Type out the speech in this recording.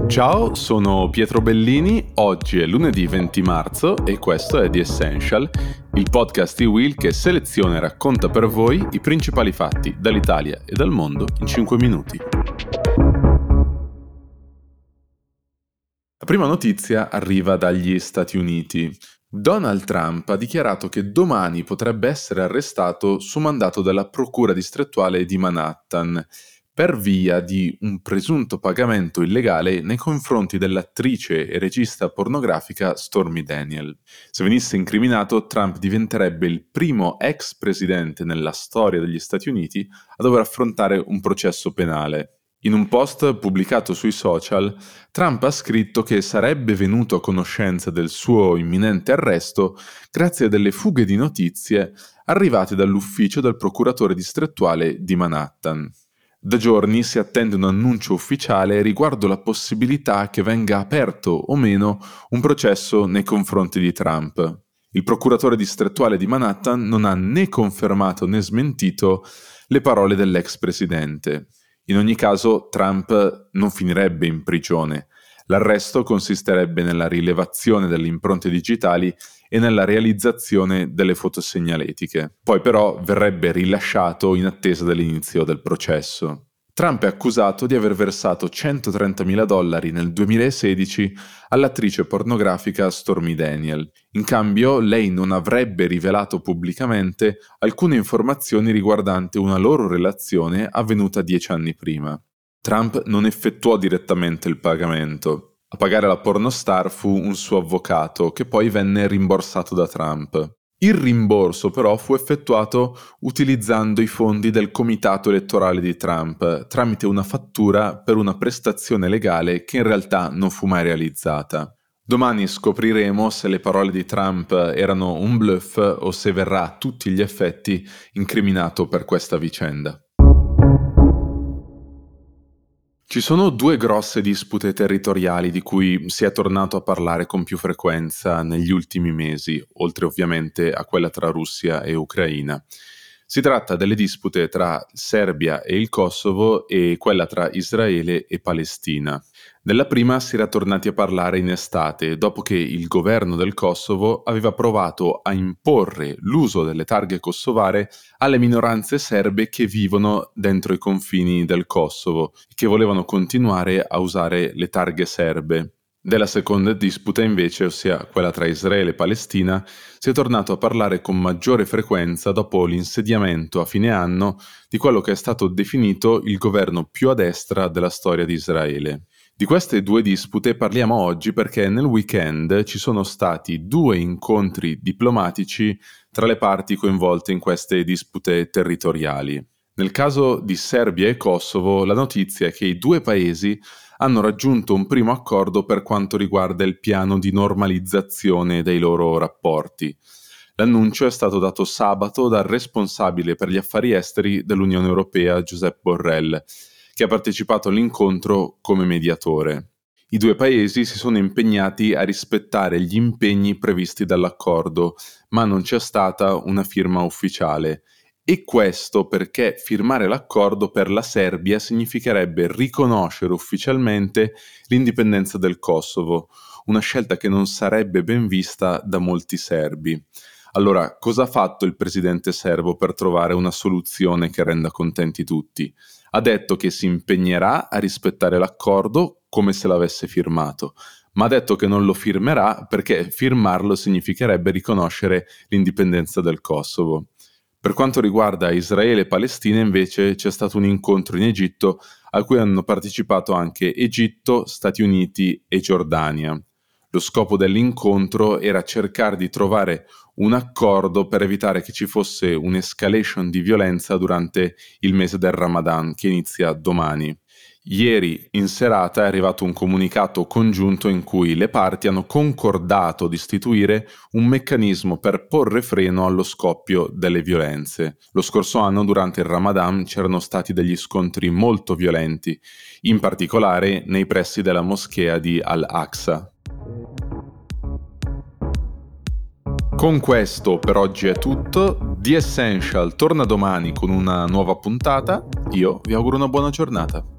Ciao, sono Pietro Bellini, oggi è lunedì 20 marzo e questo è The Essential, il podcast di Will che seleziona e racconta per voi i principali fatti dall'Italia e dal mondo in 5 minuti. La prima notizia arriva dagli Stati Uniti. Donald Trump ha dichiarato che domani potrebbe essere arrestato su mandato della Procura distrettuale di Manhattan per via di un presunto pagamento illegale nei confronti dell'attrice e regista pornografica Stormy Daniels. Se venisse incriminato, Trump diventerebbe il primo ex presidente nella storia degli Stati Uniti a dover affrontare un processo penale. In un post pubblicato sui social, Trump ha scritto che sarebbe venuto a conoscenza del suo imminente arresto grazie a delle fughe di notizie arrivate dall'ufficio del procuratore distrettuale di Manhattan. Da giorni si attende un annuncio ufficiale riguardo la possibilità che venga aperto o meno un processo nei confronti di Trump. Il procuratore distrettuale di Manhattan non ha né confermato né smentito le parole dell'ex presidente. In ogni caso, Trump non finirebbe in prigione. L'arresto consisterebbe nella rilevazione delle impronte digitali e nella realizzazione delle fotosegnaletiche. Poi però verrebbe rilasciato in attesa dell'inizio del processo. Trump è accusato di aver versato $130.000 nel 2016 all'attrice pornografica Stormy Daniels. In cambio, lei non avrebbe rivelato pubblicamente alcune informazioni riguardanti una loro relazione avvenuta 10 anni prima. Trump non effettuò direttamente il pagamento. A pagare la pornostar fu un suo avvocato, che poi venne rimborsato da Trump. Il rimborso però fu effettuato utilizzando i fondi del comitato elettorale di Trump, tramite una fattura per una prestazione legale che in realtà non fu mai realizzata. Domani scopriremo se le parole di Trump erano un bluff o se verrà a tutti gli effetti incriminato per questa vicenda. Ci sono due grosse dispute territoriali di cui si è tornato a parlare con più frequenza negli ultimi mesi, oltre ovviamente a quella tra Russia e Ucraina. Si tratta delle dispute tra Serbia e il Kosovo e quella tra Israele e Palestina. Della prima si era tornati a parlare in estate, dopo che il governo del Kosovo aveva provato a imporre l'uso delle targhe kosovare alle minoranze serbe che vivono dentro i confini del Kosovo e che volevano continuare a usare le targhe serbe. Della seconda disputa invece, ossia quella tra Israele e Palestina, si è tornato a parlare con maggiore frequenza dopo l'insediamento a fine anno di quello che è stato definito il governo più a destra della storia di Israele. Di queste due dispute parliamo oggi perché nel weekend ci sono stati 2 incontri diplomatici tra le parti coinvolte in queste dispute territoriali. Nel caso di Serbia e Kosovo, la notizia è che i due paesi hanno raggiunto un primo accordo per quanto riguarda il piano di normalizzazione dei loro rapporti. L'annuncio è stato dato sabato dal responsabile per gli affari esteri dell'Unione Europea, Josep Borrell, che ha partecipato all'incontro come mediatore. I due paesi si sono impegnati a rispettare gli impegni previsti dall'accordo, ma non c'è stata una firma ufficiale. E questo perché firmare l'accordo per la Serbia significherebbe riconoscere ufficialmente l'indipendenza del Kosovo, una scelta che non sarebbe ben vista da molti serbi. Allora, cosa ha fatto il presidente serbo per trovare una soluzione che renda contenti tutti? Ha detto che si impegnerà a rispettare l'accordo come se l'avesse firmato, ma ha detto che non lo firmerà perché firmarlo significherebbe riconoscere l'indipendenza del Kosovo. Per quanto riguarda Israele e Palestina, invece, c'è stato un incontro in Egitto a cui hanno partecipato anche Egitto, Stati Uniti e Giordania. Lo scopo dell'incontro era cercare di trovare un accordo per evitare che ci fosse un'escalation di violenza durante il mese del Ramadan, che inizia domani. Ieri in serata è arrivato un comunicato congiunto in cui le parti hanno concordato di istituire un meccanismo per porre freno allo scoppio delle violenze. Lo scorso anno, durante il Ramadan, c'erano stati degli scontri molto violenti, in particolare nei pressi della moschea di Al-Aqsa. Con questo per oggi è tutto. The Essential torna domani con una nuova puntata. Io vi auguro una buona giornata.